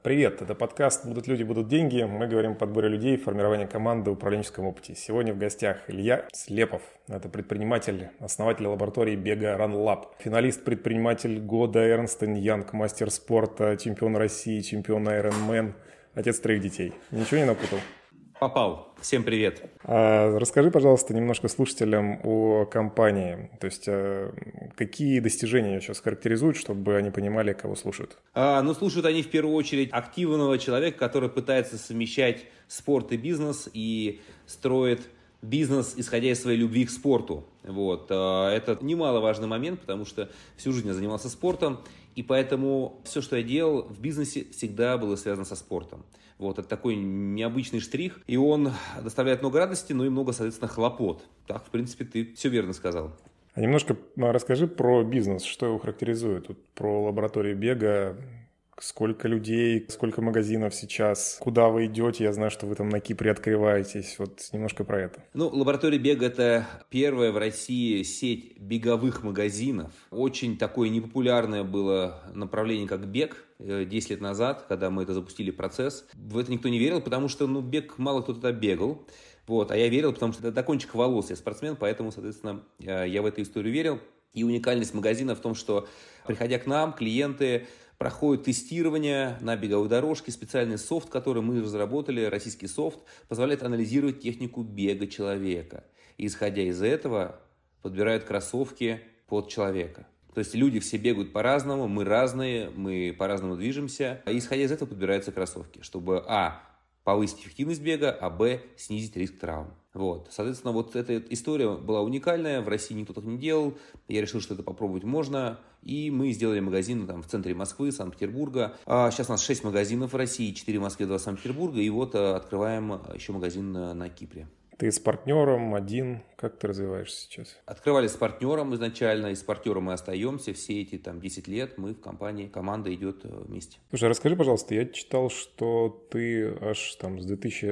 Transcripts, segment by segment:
Привет, это подкаст «Будут люди, будут деньги». Мы говорим о подборе людей, формировании команды, управленческом опыте. Сегодня в гостях Илья Слепов. Это предприниматель, основатель лаборатории бега RunLab. Финалист «Предприниматель года» Эрнст энд Янг, мастер спорта, чемпион России, чемпион Ironman, отец 3 детей. Ничего не напутал? Попал. Всем привет. Расскажи, пожалуйста, немножко слушателям о компании. То есть, какие достижения ее сейчас характеризуют, чтобы они понимали, кого слушают? Слушают они в первую очередь активного человека, который пытается совмещать спорт и бизнес и строит бизнес, исходя из своей любви к спорту. Это немаловажный момент, потому что всю жизнь я занимался спортом, и поэтому все, что я делал в бизнесе, всегда было связано со спортом. Это такой необычный штрих, и он доставляет много радости, но и много, соответственно, хлопот. Так, в принципе, ты все верно сказал. А немножко расскажи про бизнес, что его характеризует, про лабораторию бега. Сколько людей, сколько магазинов сейчас, куда вы идете? Я знаю, что вы там на Кипре открываетесь. Немножко про это. Лаборатория бега – это первая в России сеть беговых магазинов. Очень такое непопулярное было направление, как бег, 10 лет назад, когда мы это запустили процесс. В это никто не верил, потому что бег мало кто туда бегал. А я верил, потому что это до кончика волос. Я спортсмен, поэтому, соответственно, я в эту историю верил. И уникальность магазина в том, что, приходя к нам, клиенты проходят тестирование на беговой дорожке. Специальный софт, который мы разработали, российский софт, позволяет анализировать технику бега человека. И, исходя из этого, подбирают кроссовки под человека. То есть люди все бегают по-разному, мы разные, мы по-разному движемся. И, исходя из этого, подбираются кроссовки, чтобы повысить эффективность бега, снизить риск травм. Соответственно, эта история была уникальная, в России никто так не делал, я решил, что это попробовать можно, и мы сделали магазин в центре Москвы, Санкт-Петербурга. Сейчас у нас 6 магазинов в России, 4 в Москве, 2 в Санкт-Петербурге, и открываем еще магазин на Кипре. Ты с партнером один, как ты развиваешься сейчас? Открывали с партнером изначально, и с партнером мы остаемся. Все эти 10 лет мы в компании, команда идет вместе. Слушай, расскажи, пожалуйста, я читал, что ты аж с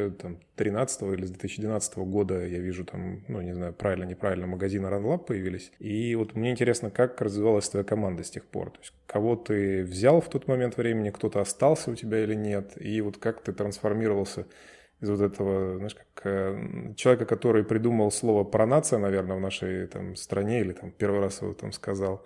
2013 или с 2012 года, я вижу не знаю, правильно, неправильно, магазины RunLab появились. И мне интересно, как развивалась твоя команда с тех пор? То есть, кого ты взял в тот момент времени, кто-то остался у тебя или нет? И как ты трансформировался из этого, знаешь, как человека, который придумал слово «пронация», наверное, в нашей стране, или первый раз его сказал,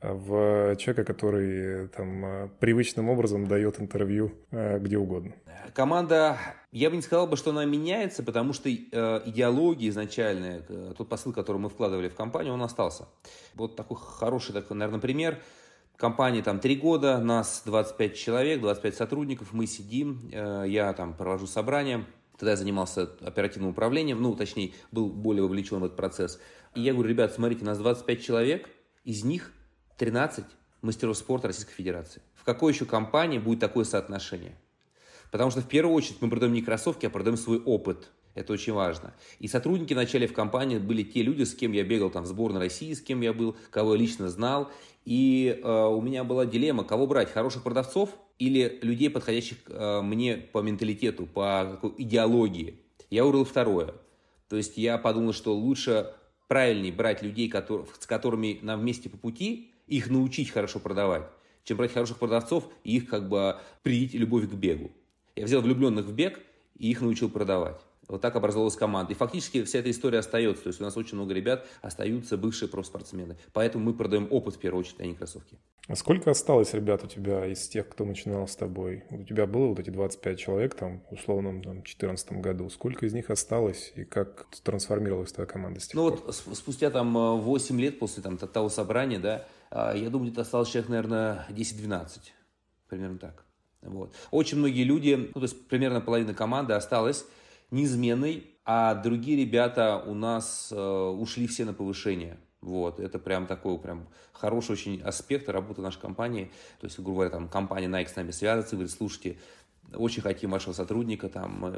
в человека, который привычным образом дает интервью где угодно. Команда, я бы не сказал, что она меняется, потому что идеология изначальная, тот посыл, который мы вкладывали в компанию, он остался. Такой хороший, наверное, пример. Компания 3 года, нас 25 человек, 25 сотрудников, мы сидим, я провожу собрания. Тогда я занимался оперативным управлением, точнее, был более вовлечен в этот процесс. И я говорю: ребят, смотрите, нас 25 человек, из них 13 мастеров спорта Российской Федерации. В какой еще компании будет такое соотношение? Потому что в первую очередь мы продаем не кроссовки, а продаем свой опыт. Это очень важно. И сотрудники вначале в компании были те люди, с кем я бегал в сборной России, с кем я был, кого я лично знал. И у меня была дилемма, кого брать: хороших продавцов или людей, подходящих мне по менталитету, по идеологии. Я выбрал второе. То есть я подумал, что лучше, правильнее брать людей, с которыми нам вместе по пути, их научить хорошо продавать, чем брать хороших продавцов и их привить любовь к бегу. Я взял влюбленных в бег и их научил продавать. Так образовалась команда. И фактически вся эта история остается. То есть у нас очень много ребят остаются бывшие профспортсмены. Поэтому мы продаем опыт в первую очередь, а не кроссовки. А сколько осталось ребят у тебя из тех, кто начинал с тобой? У тебя было эти 25 человек условно, в 2014 году. Сколько из них осталось и как трансформировалась твоя команда с тех пор? Спустя 8 лет после того собрания, я думаю, где-то осталось человек, наверное, 10-12. Примерно так. Очень многие люди, то есть примерно половина команды осталась неизменной, а другие ребята у нас ушли все на повышение. Это такой хороший очень аспект работы нашей компании. То есть, грубо говоря, компания Nike с нами связывается и говорит: слушайте, очень хотим вашего сотрудника,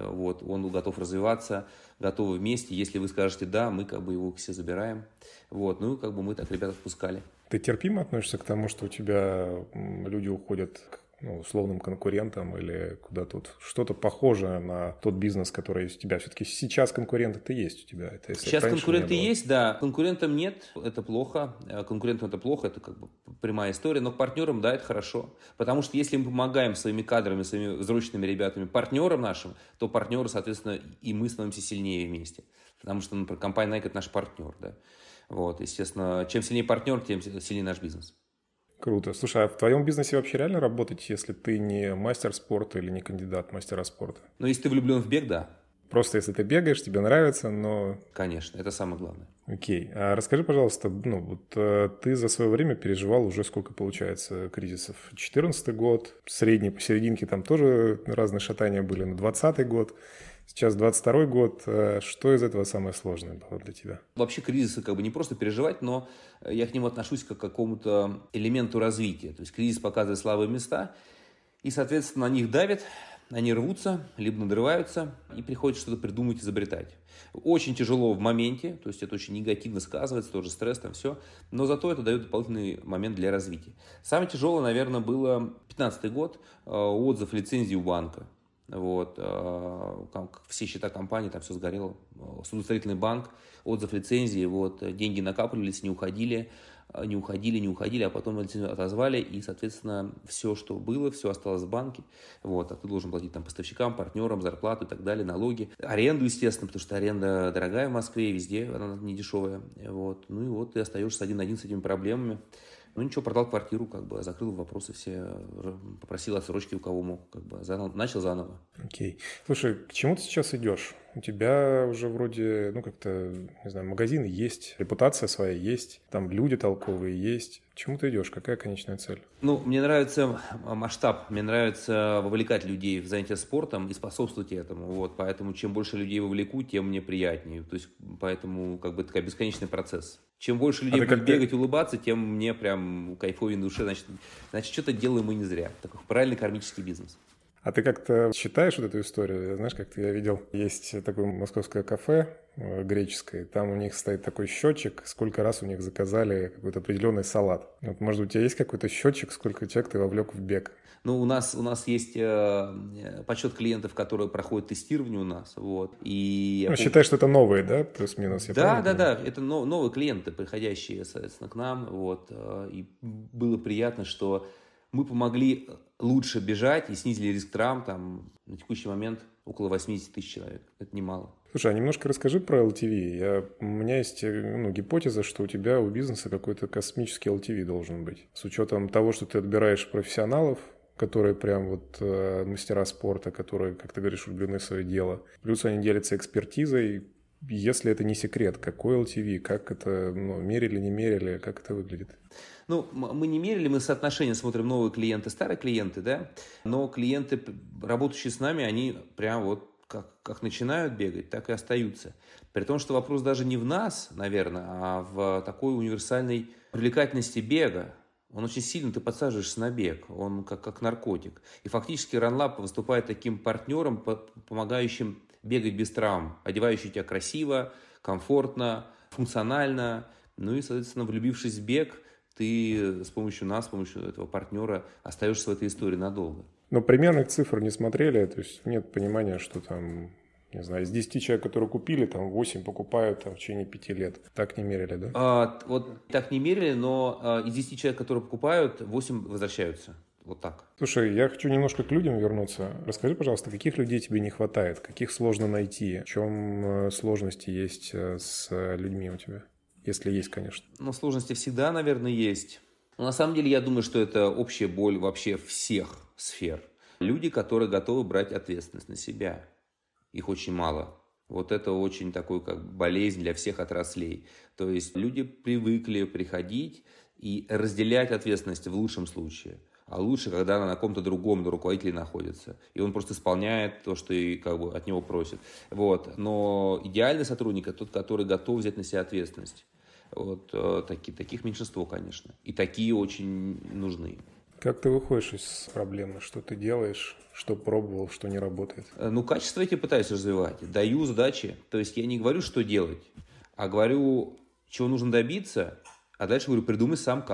он готов развиваться, готовы вместе. Если вы скажете «да», мы его все забираем. Мы так ребят отпускали. Ты терпимо относишься к тому, что у тебя люди уходят ну, условным конкурентам или куда тут что-то похожее на тот бизнес, который у тебя все-таки сейчас конкуренты-то есть у тебя. Это если Сейчас конкуренты не было. есть, да. Конкурентам нет, это плохо. Конкурентам это плохо, это как бы прямая история. Но к партнерам, да, это хорошо. Потому что если мы помогаем своими кадрами, своими взросленными ребятами, партнерам нашим, то партнеры, соответственно, и мы становимся сильнее вместе. Потому что, например, компания Nike – это наш партнер, да. Вот, естественно, чем сильнее партнер, тем сильнее наш бизнес. Круто. Слушай, а в твоем бизнесе вообще реально работать, если ты не мастер спорта или не кандидат мастера спорта? Но если ты влюблен в бег, да. Просто если ты бегаешь, тебе нравится, но... Конечно, это самое главное. Окей. А расскажи, пожалуйста, ну вот ты за свое время переживал уже сколько, получается, кризисов? 2014 год, средний, посерединке там тоже разные шатания были, на 2020 год. Сейчас 22 год. Что из этого самое сложное было для тебя? Вообще кризисы как бы не просто переживать, но я к нему отношусь как к какому-то элементу развития. То есть кризис показывает слабые места, и, соответственно, на них давит, они рвутся, либо надрываются, и приходится что-то придумать, изобретать. Очень тяжело в моменте, то есть это очень негативно сказывается, тоже стресс, там все, но зато это дает дополнительный момент для развития. Самое тяжелое, наверное, было 2015 год, отзыв лицензии у банка. Вот, все счета компании, там все сгорело. Судостроительный банк, отзыв лицензии, вот, деньги накапливались, не уходили, а потом лицензию отозвали, и, соответственно, все, что было, все осталось в банке. Вот, а ты должен платить там поставщикам, партнерам, зарплату и так далее, налоги. Аренду, естественно, потому что аренда дорогая в Москве, везде она не дешевая. Вот, ну и вот ты остаешься один на один с этими проблемами. Ну ничего, продал квартиру, как бы, закрыл вопросы все, попросил отсрочки у кого мог, как бы, начал заново. Окей. Слушай, к чему ты сейчас идешь? У тебя уже вроде, ну как-то, не знаю, магазины есть, репутация своя есть, там люди толковые есть. К чему ты идешь? Какая конечная цель? Ну, мне нравится масштаб, мне нравится вовлекать людей в занятия спортом и способствовать этому. Вот, поэтому чем больше людей вовлеку, тем мне приятнее. То есть, поэтому как бы такой бесконечный процесс. Чем больше людей будет бегать, улыбаться, тем мне прям кайфовее на душе. Значит, что-то делаем мы не зря. Такой правильный кармический бизнес. А ты как-то считаешь вот эту историю? Знаешь, как-то я видел, есть такое московское кафе греческое, там у них стоит такой счетчик, сколько раз у них заказали какой-то определенный салат. Вот, может, у тебя есть какой-то счетчик, сколько человек ты вовлек в бег? Ну, у нас есть подсчет клиентов, которые проходят тестирование у нас. Вот, и считаешь, что это новые, да, плюс-минус? Да. Это новые клиенты, приходящие, соответственно, к нам. Вот, и было приятно, что мы помогли лучше бежать и снизили риск травм. Там, на текущий момент около 80 тысяч человек. Это немало. Слушай, а немножко расскажи про LTV. У меня есть гипотеза, что у тебя, у бизнеса какой-то космический LTV должен быть. С учетом того, что ты отбираешь профессионалов, которые прям вот мастера спорта, которые, как ты говоришь, влюблены в свое дело. Плюс они делятся экспертизой. Если это не секрет, какой LTV, как это, мерили, не мерили, как это выглядит? Ну, мы не мерили, мы соотношение смотрим новые клиенты, старые клиенты, да, но клиенты, работающие с нами, они прям вот как начинают бегать, так и остаются. При том, что вопрос даже не в нас, наверное, а в такой универсальной привлекательности бега. Он очень сильно, ты подсаживаешься на бег, он как наркотик. И фактически Runlab выступает таким партнером, помогающим бегать без травм, одевающий тебя красиво, комфортно, функционально. Ну и, соответственно, влюбившись в бег, ты с помощью нас, с помощью этого партнера остаешься в этой истории надолго. Но примерных цифр не смотрели, то есть нет понимания, что там, не знаю, из 10 человек, которые купили, там 8 покупают там, в течение 5 лет. Так не мерили, да? Вот так не мерили, но из 10 человек, которые покупают, 8 возвращаются. Вот так. Слушай, я хочу немножко к людям вернуться. Расскажи, пожалуйста, каких людей тебе не хватает? Каких сложно найти? В чем сложности есть с людьми у тебя? Если есть, конечно. Ну, сложности всегда, наверное, есть. Но на самом деле, я думаю, что это общая боль вообще всех сфер. Люди, которые готовы брать ответственность на себя. Их очень мало. Вот это очень такой как болезнь для всех отраслей. То есть люди привыкли приходить и разделять ответственность в лучшем случае. А лучше, когда она на ком-то другом руководителе находится. И он просто исполняет то, что и, как бы, от него просят. Вот. Но идеальный сотрудник – это тот, который готов взять на себя ответственность. Вот. Таких меньшинство, конечно. И такие очень нужны. Как ты выходишь из проблемы? Что ты делаешь? Что пробовал, что не работает? Ну, качество эти пытаюсь развивать. Даю задачи. То есть я не говорю, что делать, а говорю, чего нужно добиться, а дальше говорю, придумай сам как.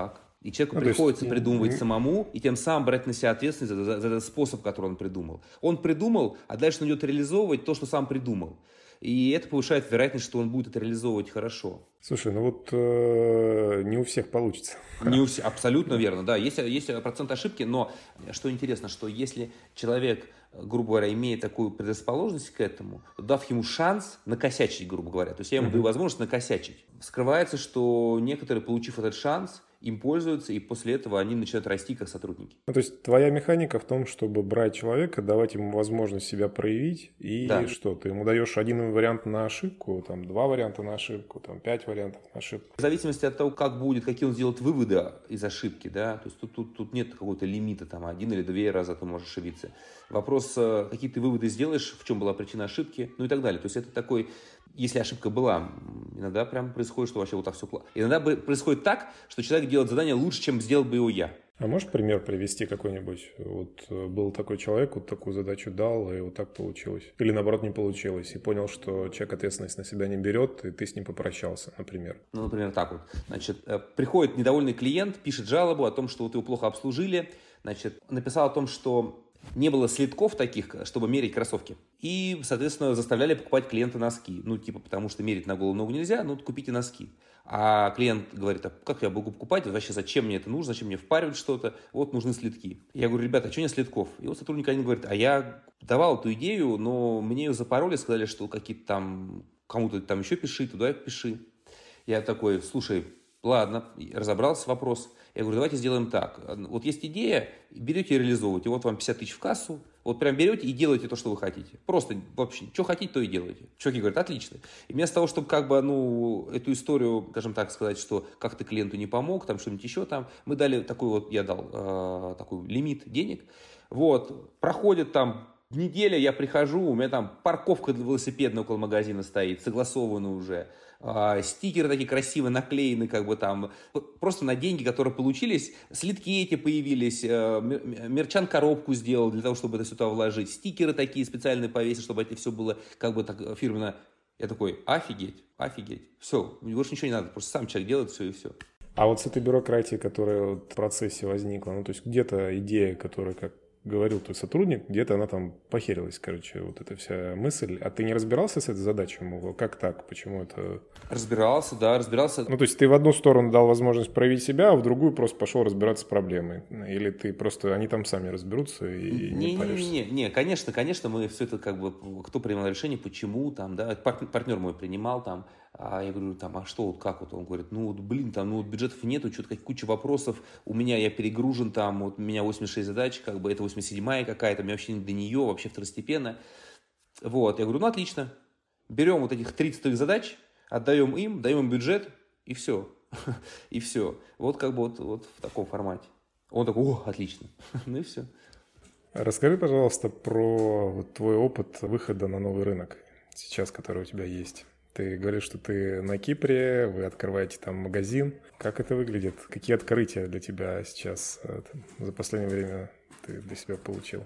И человеку приходится придумывать самому, и тем самым брать на себя ответственность за этот способ, который он придумал. Он придумал, а дальше он идет реализовывать то, что сам придумал. И это повышает вероятность, что он будет это реализовывать хорошо. Слушай, ну вот не у всех получится. Не у всех, абсолютно верно, да. Есть процент ошибки, но что интересно, что если человек, грубо говоря, имеет такую предрасположенность к этому, дав ему шанс накосячить, грубо говоря, то есть я ему даю возможность накосячить, скрывается, что некоторые, получив этот шанс, им пользуются, и после этого они начинают расти как сотрудники. Ну, то есть твоя механика в том, чтобы брать человека, давать ему возможность себя проявить, и что, ты ему даешь один вариант на ошибку, там 2 варианта на ошибку, там 5 вариантов на ошибку. В зависимости от того, как будет, какие он сделает выводы из ошибки, да, то есть тут нет какого-то лимита, там 1 или 2 раза ты можешь ошибиться. Вопрос, какие ты выводы сделаешь, в чем была причина ошибки, ну и так далее. То есть это такой, если ошибка была, иногда прям происходит, что вообще вот так все плохо. Иногда происходит так, что человек делает задание лучше, чем сделал бы его я. А можешь пример привести какой-нибудь? Вот был такой человек, вот такую задачу дал, и вот так получилось. Или наоборот не получилось, и понял, что человек ответственность на себя не берет, и ты с ним попрощался, например. Ну, например, так вот. Значит, приходит недовольный клиент, пишет жалобу о том, что вот его плохо обслужили. Значит, написал о том, что не было слитков таких, чтобы мерить кроссовки. И, соответственно, заставляли покупать клиента носки. Ну, типа, потому что мерить на голову ногу нельзя, ну, купите носки. А клиент говорит, а как я могу покупать? Вообще, зачем мне это нужно? Зачем мне впаривать что-то? Вот нужны слитки. Я говорю, ребята, а что нет слитков? И вот сотрудник один говорит, а я давал эту идею, но мне ее запороли, сказали, что какие-то там, кому-то там еще пиши, туда пиши. Я такой, слушай, ладно, разобрался вопрос. Я говорю, давайте сделаем так. Вот есть идея, берете и реализовываете. Вот вам 50 тысяч в кассу. Вот прям берете и делаете то, что вы хотите. Просто вообще, что хотите, то и делаете. Чуваки говорят, отлично. И вместо того, чтобы как бы, эту историю, скажем так, сказать, что как ты клиенту не помог, там что-нибудь еще там, мы дали такой вот, я дал такой лимит денег. Вот, проходит там неделя, я прихожу, у меня там парковка велосипедная около магазина стоит, согласованная уже. Стикеры такие красивые наклеены, как бы там, просто на деньги, которые получились, слитки эти появились, мерчан коробку сделал для того, чтобы это сюда вложить, стикеры такие специальные повесить, чтобы это все было как бы так фирменно. Я такой, офигеть, все, больше ничего не надо, просто сам человек делает все и все. А вот с этой бюрократией, которая вот в процессе возникла, ну то есть где-то идея, которая, как говорил твой сотрудник, где-то она там похерилась, короче, вот эта вся мысль. А ты не разбирался с этой задачей? Мол, как так? Почему это... Разбирался. Ну, то есть ты в одну сторону дал возможность проявить себя, а в другую просто пошел разбираться с проблемой? Или ты просто... Они там сами разберутся и не паришься? Не, конечно, мы все это как бы... Кто принимал решение, почему там, да? Партнер мой принимал там. А я говорю, там, а что, вот как вот? Он говорит, бюджетов нету, что-то куча вопросов, у меня я перегружен, там, вот у меня 86 задач, как бы это 87-я какая-то, мне вообще не до нее, вообще второстепенно. Вот, я говорю, отлично, берем вот этих 30 твоих задач, отдаем им, даем им бюджет, и все. И все. Вот как бы вот в таком формате. Он такой, отлично. Ну и все. Расскажи, пожалуйста, про вот твой опыт выхода на новый рынок сейчас, который у тебя есть. Ты говоришь, что ты на Кипре, вы открываете там магазин. Как это выглядит? Какие открытия для тебя сейчас за последнее время ты для себя получил?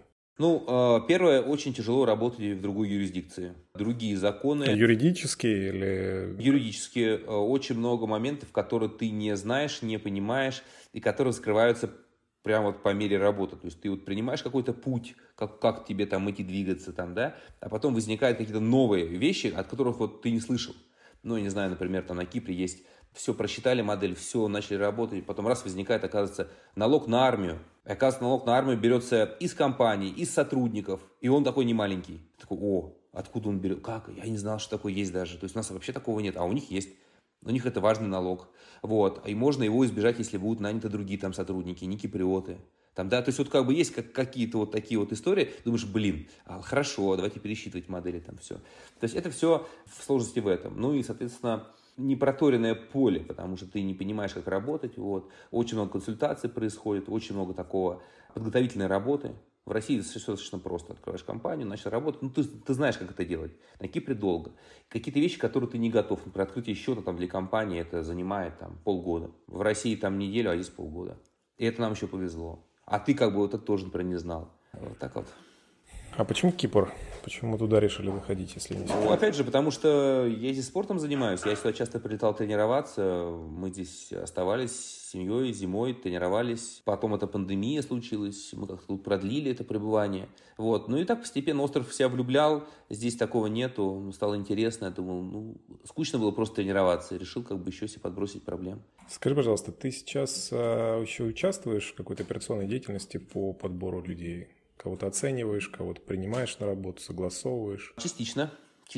Ну, первое, очень тяжело работать в другой юрисдикции. Другие законы. Юридические или... Юридические. Очень много моментов, которые ты не знаешь, не понимаешь, и которые скрываются прямо вот по мере работы. То есть ты вот принимаешь какой-то путь, как тебе там идти двигаться, там, да, а потом возникают какие-то новые вещи, от которых вот ты не слышал. Ну, я не знаю, например, там на Кипре есть, все просчитали модель, все, начали работать, потом раз возникает, оказывается, налог на армию. И оказывается, налог на армию берется из компаний, из сотрудников, и он такой немаленький. Такой, откуда он берет? Как? Я не знал, что такое есть даже. То есть у нас вообще такого нет, а у них есть. У них это важный налог. Вот. И можно его избежать, если будут наняты другие там сотрудники, не киприоты. Там, да, то есть вот как бы есть какие-то вот такие вот истории, думаешь, хорошо, давайте пересчитывать модели, там все. То есть это все в сложности в этом. Ну и, соответственно, непроторенное поле, потому что ты не понимаешь, как работать. Вот. Очень много консультаций происходит, очень много такого подготовительной работы. В России все достаточно просто. Открываешь компанию, начал работать. Ну, ты знаешь, как это делать. На Кипре долго. Какие-то вещи, которые ты не готов. Например, открытие счета там, для компании, это занимает там, полгода. В России там неделю, а здесь полгода. И это нам еще повезло. А ты как бы вот это тоже, например, не знал. Вот так вот. А почему Кипр? Почему туда решили выходить, если не секрет? Ну, опять же, потому что я здесь спортом занимаюсь, я сюда часто прилетал тренироваться, мы здесь оставались с семьей зимой, тренировались, потом эта пандемия случилась, мы как-то тут продлили это пребывание, вот, ну и так постепенно остров себя влюблял, здесь такого нету, стало интересно, я думал, скучно было просто тренироваться, решил как бы еще себе подбросить проблем. Скажи, пожалуйста, ты сейчас еще участвуешь в какой-то операционной деятельности по подбору людей? Кого-то оцениваешь, кого-то принимаешь на работу, согласовываешь? Частично.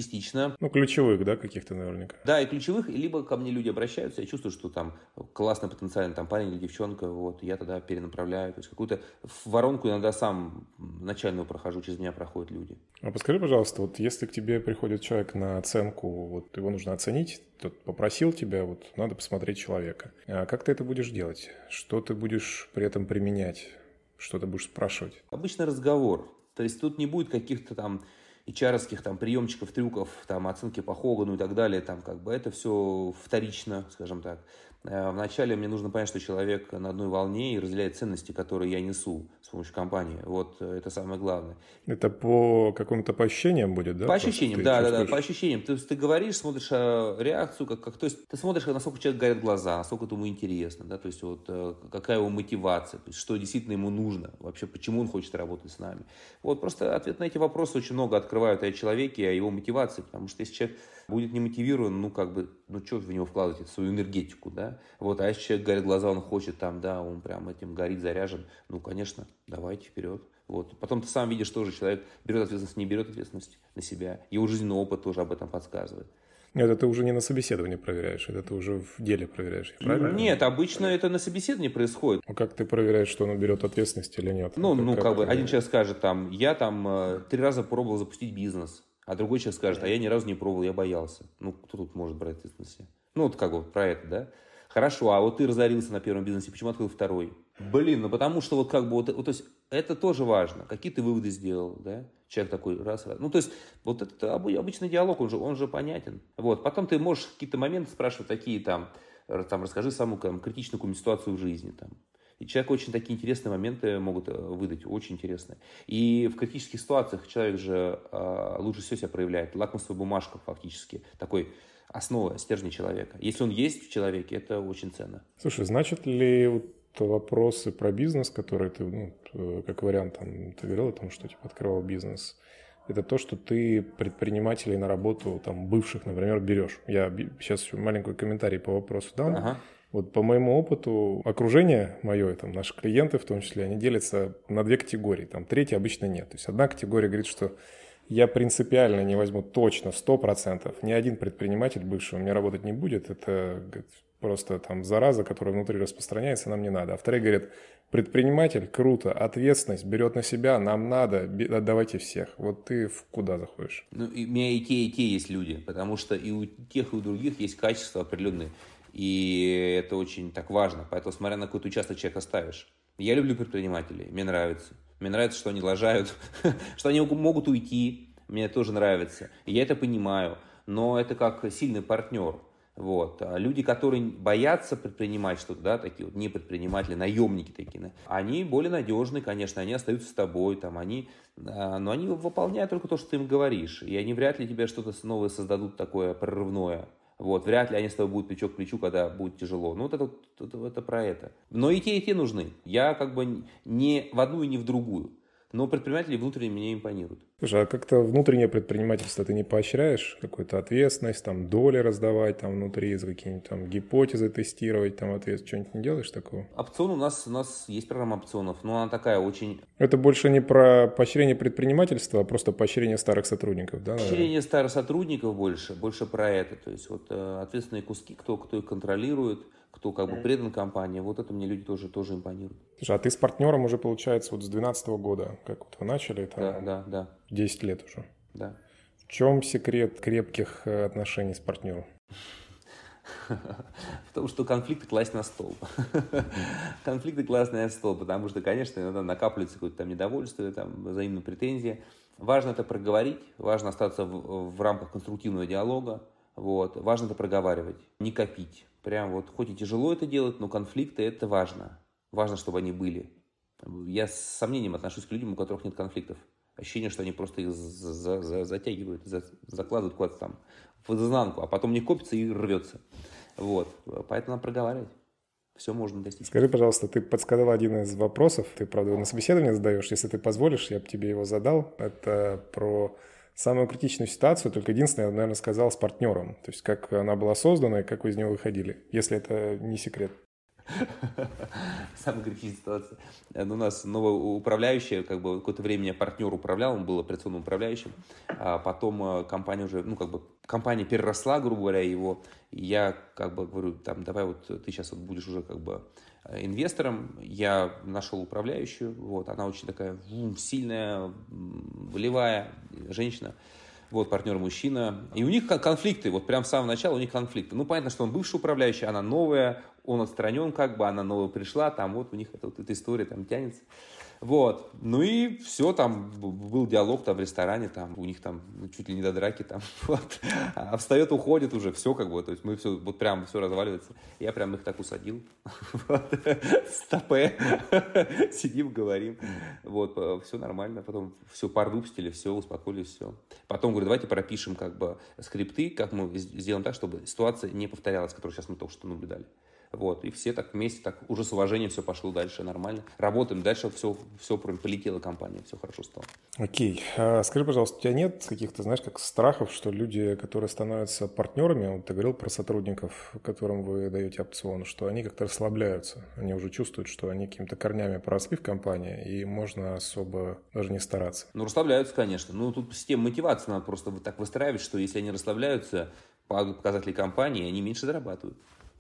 Ключевых, да, каких-то наверняка? Да, и ключевых, либо ко мне люди обращаются, я чувствую, что там классный потенциальный там парень или девчонка, вот, я тогда перенаправляю, то есть какую-то воронку иногда сам начальную прохожу, через меня проходят люди. А подскажи, пожалуйста, вот если к тебе приходит человек на оценку, вот его нужно оценить, тот попросил тебя, вот надо посмотреть человека. А как ты это будешь делать? Что ты будешь при этом применять? Что ты будешь спрашивать? Обычный разговор, то есть тут не будет каких-то там HR-овских там приемчиков, трюков, там оценки по Хогану и так далее, там как бы это все вторично, скажем так. Вначале мне нужно понять, что человек на одной волне и разделяет ценности, которые я несу с помощью компании. Вот это самое главное. Это по каким-то по ощущениям будет, да? По ощущениям, да, по ощущениям. То есть ты говоришь, смотришь реакцию, то есть ты смотришь, насколько человек горят глаза, насколько это ему интересно, да, то есть вот какая его мотивация, то есть что действительно ему нужно, вообще почему он хочет работать с нами. Вот просто ответ на эти вопросы очень много открывают о человеке, о его мотивации, потому что если человек будет не мотивирован, что в него вкладывать, свою энергетику, да, вот, а если человек горит глаза, он хочет там, да, он прям этим горит, заряжен, конечно, давайте вперед. Вот. Потом ты сам видишь, тоже человек берет ответственность, не берет ответственность на себя. Его жизненный опыт тоже об этом подсказывает. Это ты уже не на собеседовании проверяешь, это ты уже в деле проверяешь, правильно? Нет, обычно это на собеседовании происходит. Как ты проверяешь, что он берет ответственность или нет? Один человек скажет, я 3 раза пробовал запустить бизнес, а другой человек скажет, я ни разу не пробовал, я боялся. Кто тут может брать ответственность? Про это, да? Хорошо, а вот ты разорился на первом бизнесе, почему открыл второй? Потому что то есть это тоже важно. Какие ты выводы сделал, да? Человек такой, раз. То есть вот это обычный диалог, он же понятен. Вот, потом ты можешь какие-то моменты спрашивать такие расскажи самую критичную какую-нибудь ситуацию в жизни, там. И человек очень такие интересные моменты могут выдать, очень интересные. И в критических ситуациях человек же лучше всего себя проявляет. Лакмусовая бумажка фактически, такой основа, стержня человека. Если он есть в человеке, это очень ценно. Слушай, значит ли вопросы про бизнес, которые ты, как вариант, ты говорил о том, что открывал бизнес, это то, что ты предпринимателей на работу, бывших, например, берешь. Я сейчас еще маленький комментарий по вопросу дам. Ага. Вот по моему опыту, окружение мое, наши клиенты в том числе, они делятся на 2 категории. Третьей обычно нет. То есть одна категория говорит, что я принципиально не возьму точно 100%. Ни один предприниматель бывший у меня работать не будет. Это просто зараза, которая внутри распространяется, нам не надо. А вторые говорят, предприниматель, круто, ответственность берет на себя, нам надо, давайте всех. Вот ты куда заходишь? У меня и те есть люди, потому что и у тех, и у других есть качества определенные. И это очень так важно. Поэтому, смотря на какой-то участок человека ставишь. Я люблю предпринимателей, мне нравится. Мне нравится, что они лажают, что они могут уйти. Мне тоже нравится. И я это понимаю. Но это как сильный партнер. Вот. А люди, которые боятся предпринимать что-то, да, такие не предприниматели, наемники такие, они более надежные, конечно, они остаются с тобой, но они выполняют только то, что ты им говоришь. И они вряд ли тебе что-то новое создадут такое прорывное. Вот, вряд ли они с тобой будут плечо к плечу, когда будет тяжело. Это про это. Но и те нужны. Я не в одну и не в другую. Но предприниматели внутренне мне импонируют. Слушай, а как-то внутреннее предпринимательство ты не поощряешь? Какую-то ответственность, доли раздавать внутри, какие-нибудь гипотезы тестировать, что-нибудь не делаешь такого? Опцион у нас есть программа опционов, но она такая очень... Это больше не про поощрение предпринимательства, а просто поощрение старых сотрудников, да? Поощрение старых сотрудников больше про это. То есть ответственные куски, кто их контролирует, кто предан компании, вот это мне люди тоже импонируют. Слушай, а ты с партнером уже, получается, с 2012 года, как вы начали? Да. 10 лет уже. Да. В чем секрет крепких отношений с партнером? В том, что конфликты класть на стол. Конфликты класть на стол, потому что, конечно, иногда накапливается какое-то недовольство, взаимные претензии. Важно это проговорить, важно остаться в рамках конструктивного диалога. Вот. Важно это проговаривать, не копить. Хоть и тяжело это делать, но конфликты это важно. Важно, чтобы они были. Я с сомнением отношусь к людям, у которых нет конфликтов. Ощущение, что они просто их затягивают, закладывают куда-то там в изнанку, а потом не копится и рвется. Вот. Поэтому надо проговаривать. Все можно достичь. Скажи, пожалуйста, ты подсказал один из вопросов, ты, правда, его на собеседовании задаешь, если ты позволишь, я бы тебе его задал. Это про самую критичную ситуацию, только единственное, я, наверное, сказал с партнером. То есть как она была создана и как вы из него выходили, если это не секрет. Самая критичная ситуация. У нас новый управляющий, как бы какое-то время меня партнер управлял, он был операционным управляющим, а потом компания уже, компания переросла, грубо говоря, его, и я как бы говорю, там, давай вот ты сейчас вот будешь уже как бы инвестором, я нашел управляющую, вот, она очень такая сильная, волевая женщина, вот, партнер мужчина. И у них конфликты, вот прям с самого начала у них конфликты. Ну, понятно, что он бывший управляющий, она новая, он отстранен как бы, она новая пришла, там вот у них эта история там тянется. Вот. Ну и все, там был диалог там в ресторане, там у них там чуть ли не до драки там, вот. А встает, уходит уже, все как бы, то есть мы все, вот прям все разваливается. Я прям их так усадил, стопе, сидим, говорим, вот, все нормально, потом все, пар выпустили, все, успокоились, все. Потом говорю, давайте пропишем как бы скрипты, как мы сделаем так, чтобы ситуация не повторялась, которую сейчас мы только что наблюдали. Вот, и все так вместе, так уже с уважением все пошло дальше, нормально. Работаем, дальше все полетела компания, все хорошо стало. Окей. Скажи, пожалуйста, у тебя нет каких-то, знаешь, как страхов, что люди, которые становятся партнерами, вот ты говорил про сотрудников, которым вы даете опцион, что они как-то расслабляются, они уже чувствуют, что они какими-то корнями поросли в компании, и можно особо даже не стараться. Ну, расслабляются, конечно. Ну, тут систему мотивации надо просто так выстраивать, что если они расслабляются по показателям компании, они меньше зарабатывают.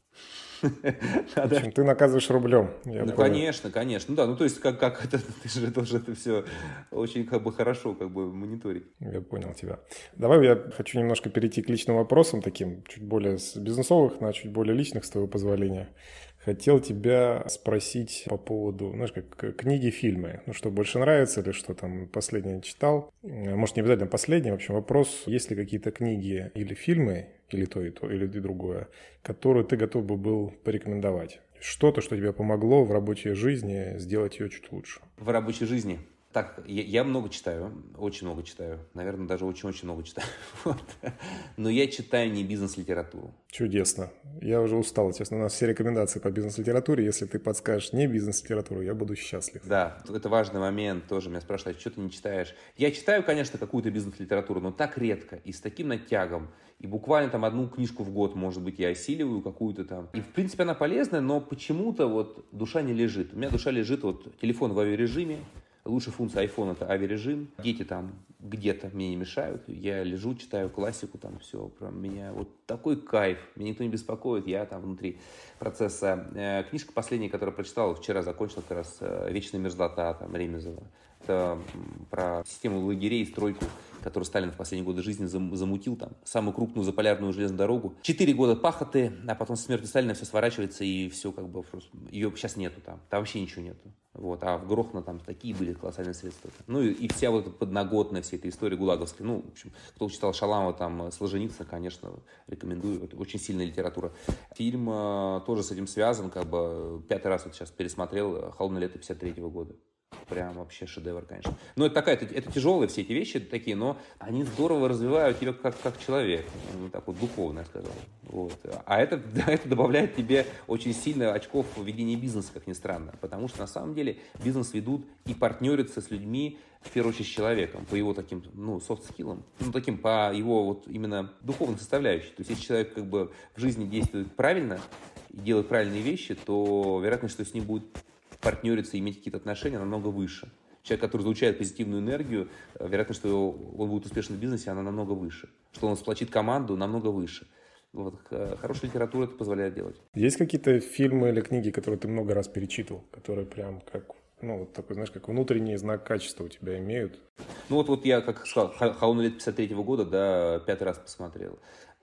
В общем, ты наказываешь рублем. Ну, конечно. Ну да, ну то есть как это, ты же должен это все очень как бы хорошо как бы мониторить. Я понял тебя. Давай я хочу немножко перейти к личным вопросам, таким чуть более с бизнесовых на чуть более личных, с твоего позволения. Хотел тебя спросить по поводу, знаешь, как книги, фильмы. Ну, что больше нравится или что там последнее читал? Может, не обязательно последнее. В общем, вопрос, есть ли какие-то книги или фильмы, или то, или другое, которые ты готов бы был порекомендовать? Что-то, что тебе помогло в рабочей жизни сделать ее чуть лучше. В рабочей жизни? Так, я много читаю, очень много читаю. Наверное, даже очень-очень много читаю. Вот. Но я читаю не бизнес-литературу. Чудесно. Я уже устал, честно. У нас все рекомендации по бизнес-литературе. Если ты подскажешь не бизнес-литературу, я буду счастлив. Да, это важный момент. Тоже меня спрашивают, что ты не читаешь. Я читаю, конечно, какую-то бизнес-литературу, но так редко и с таким натягом. И буквально там одну книжку в год, может быть, я осиливаю какую-то там. И, в принципе, она полезная, но почему-то вот душа не лежит. У меня душа лежит, вот телефон в авиарежиме. Лучшая функция iPhone — это авиарежим. Дети там где-то мне не мешают. Я лежу, читаю классику, там все. Прям меня вот такой кайф. Меня никто не беспокоит, я там внутри процесса. Книжка последняя, которую прочитал, вчера закончил как раз «Вечная мерзлота» там, Ремезова. Это про систему лагерей и стройку, которую Сталин в последние годы жизни замутил там. Самую крупную заполярную железную дорогу. 4 года пахоты, а потом с смертью Сталина все сворачивается, и все как бы... Ее сейчас нету там. Там вообще ничего нету. Вот. А в Грохно там такие были колоссальные средства. Ну и вся вот эта подноготная, вся эта история гулаговская. Ну, в общем, кто читал Шаламова, там, Солженицына, конечно, рекомендую. Это очень сильная литература. Фильм тоже с этим связан, как бы 5-й раз вот сейчас пересмотрел «Холодное лето» 53-го года. Прям вообще шедевр, конечно. Но это тяжелые все эти вещи такие, но они здорово развивают тебя как человек. Ну, так вот духовно, я сказал. Вот. А это добавляет тебе очень сильно очков в ведении бизнеса, как ни странно. Потому что на самом деле бизнес ведут и партнерятся с людьми, в первую очередь с человеком, по его таким, софт-скиллам, таким, по его вот именно духовной составляющей. То есть, если человек как бы в жизни действует правильно и делает правильные вещи, то вероятность, что с ним будет партнериться и иметь какие-то отношения, намного выше. Человек, который излучает позитивную энергию, вероятность, что он будет успешен в бизнесе, она намного выше. Что он сплотит команду, намного выше. Вот. Хорошая литература это позволяет делать. Есть какие-то фильмы или книги, которые ты много раз перечитывал, которые прям как, вот такой, знаешь, как внутренний знак качества у тебя имеют? Ну вот я, как сказал, «Холодное лето» 53-го года, да, 5-й раз посмотрел.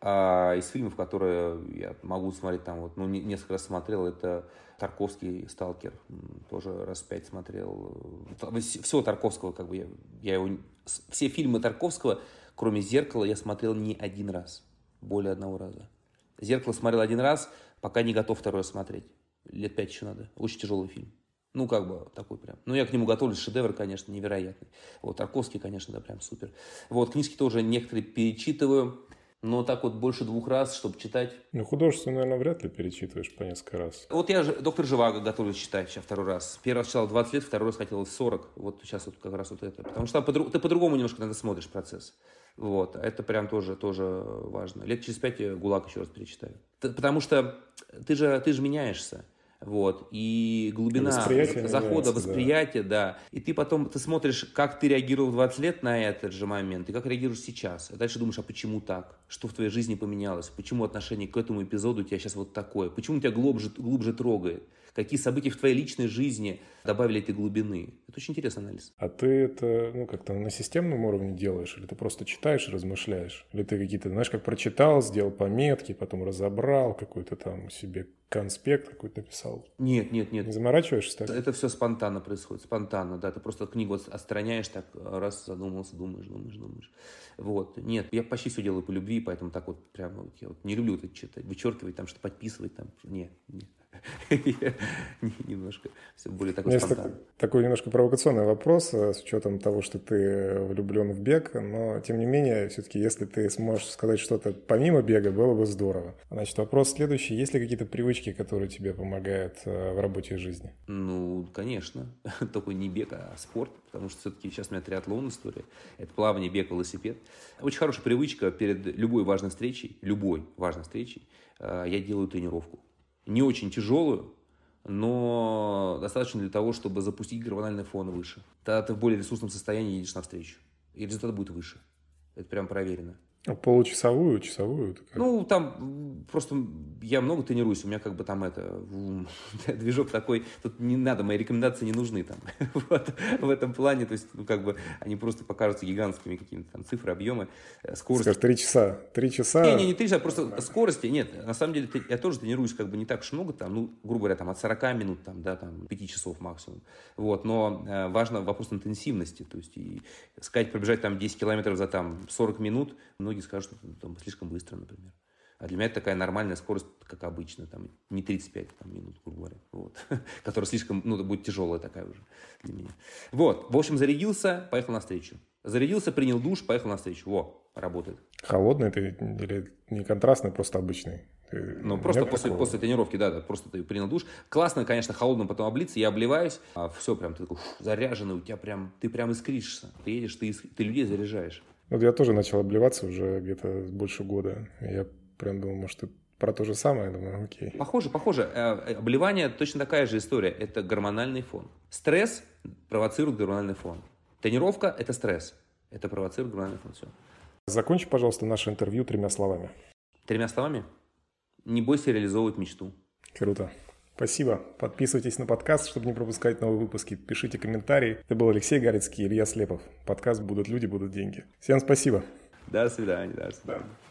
А из фильмов, которые я могу смотреть там, несколько раз смотрел, это Тарковский «Сталкер», тоже раз 5 смотрел. Всего Тарковского, как бы я его... Все фильмы Тарковского, кроме «Зеркала», я смотрел не один раз, более одного раза. «Зеркало» смотрел один раз, пока не готов второй раз смотреть. Лет 5 еще надо. Очень тяжелый фильм. Ну, как бы, такой прям. Ну, я к нему готовлюсь, шедевр, конечно, невероятный. Вот, Тарковский, конечно, да, прям супер. Вот, книжки тоже некоторые перечитываю, но так вот больше 2 раз, чтобы читать. Ну, художественную, наверное, вряд ли перечитываешь по несколько раз. Вот я же «Доктор Живаго» готовлюсь читать сейчас 2 раз. Первый раз читал 20 лет, 2 раз хотелось 40. Вот сейчас вот как раз вот это. Потому что там ты по-другому немножко на это смотришь процесс. Вот, это прям тоже важно. Лет через 5 «ГУЛАГ» еще раз перечитаю. Потому что ты же меняешься. Вот, и глубина захода, восприятия, да. И ты потом, ты смотришь, как ты реагировал в 20 лет на этот же момент, и как реагируешь сейчас. А дальше думаешь, а почему так? Что в твоей жизни поменялось? Почему отношение к этому эпизоду у тебя сейчас вот такое? Почему тебя глубже трогает? Какие события в твоей личной жизни добавили этой глубины? Это очень интересный анализ. А ты это, как-то на системном уровне делаешь? Или ты просто читаешь и размышляешь? Или ты какие-то, знаешь, как прочитал, сделал пометки, потом разобрал, какой-то там себе конспект какой-то написал? Нет. Не заморачиваешься так? Это все спонтанно происходит, спонтанно, да. Ты просто книгу отстраняешь, так раз задумался, думаешь. Вот. Нет, я почти все делаю по любви, поэтому так вот прямо вот, я вот не люблю это читать, вычеркивать, там что-то подписывать, там, нет. Немножко все более такой спонтанно. Такой немножко провокационный вопрос, с учетом того, что ты влюблен в бег, но тем не менее, все-таки, если ты сможешь сказать что-то помимо бега, было бы здорово. Значит, вопрос следующий. Есть ли какие-то привычки, которые тебе помогают в работе и жизни? Ну, конечно. Только не бег, а спорт, потому что все-таки сейчас у меня триатлон история. Это плавание, бег, велосипед. Очень хорошая привычка перед любой важной встречей, я делаю тренировку. Не очень тяжелую, но достаточно для того, чтобы запустить гормональный фон выше. Тогда ты в более ресурсном состоянии едешь навстречу. И результат будет выше. Это прям проверено. Получасовую, часовую? Ну, там просто я много тренируюсь, у меня как бы там движок такой, тут не надо, мои рекомендации не нужны там. Вот, в этом плане, то есть, они просто покажутся гигантскими какими-то там цифры, объемы, скорость. Скажешь, 3 часа? 3 часа? Не 3 часа, просто скорости, нет, на самом деле я тоже тренируюсь не так уж много, там, грубо говоря, там от 40 минут, там, 5 часов максимум. Вот, но важно вопрос интенсивности, то есть, и сказать, пробежать там 10 километров за 40 минут, многие скажут, что слишком быстро, например. А для меня это такая нормальная скорость, как обычно, не 35 минут, грубо говоря, вот, которая слишком, будет тяжелая такая уже для меня. Вот, в общем, зарядился, поехал навстречу. Зарядился, принял душ, поехал навстречу. Работает. Холодный ты или не контрастный, просто обычный? Просто после тренировки, да, просто ты принял душ. Классно, конечно, холодным потом облиться, я обливаюсь, все прям, ты такой заряженный, у тебя прям, ты прям искришься. Ты едешь, ты людей заряжаешь. Я тоже начал обливаться уже где-то больше года. Я прям думал, может, ты про то же самое. Я думаю, окей. Похоже. Обливание точно такая же история. Это гормональный фон. Стресс провоцирует гормональный фон. Тренировка – это стресс. Это провоцирует гормональный фон. Все. Закончи, пожалуйста, наше интервью 3 словами. 3 словами? Не бойся реализовывать мечту. Круто. Спасибо. Подписывайтесь на подкаст, чтобы не пропускать новые выпуски. Пишите комментарии. Это был Алексей Гарицкий и Илья Слепов. Подкаст «Будут люди, будут деньги». Всем спасибо. До свидания.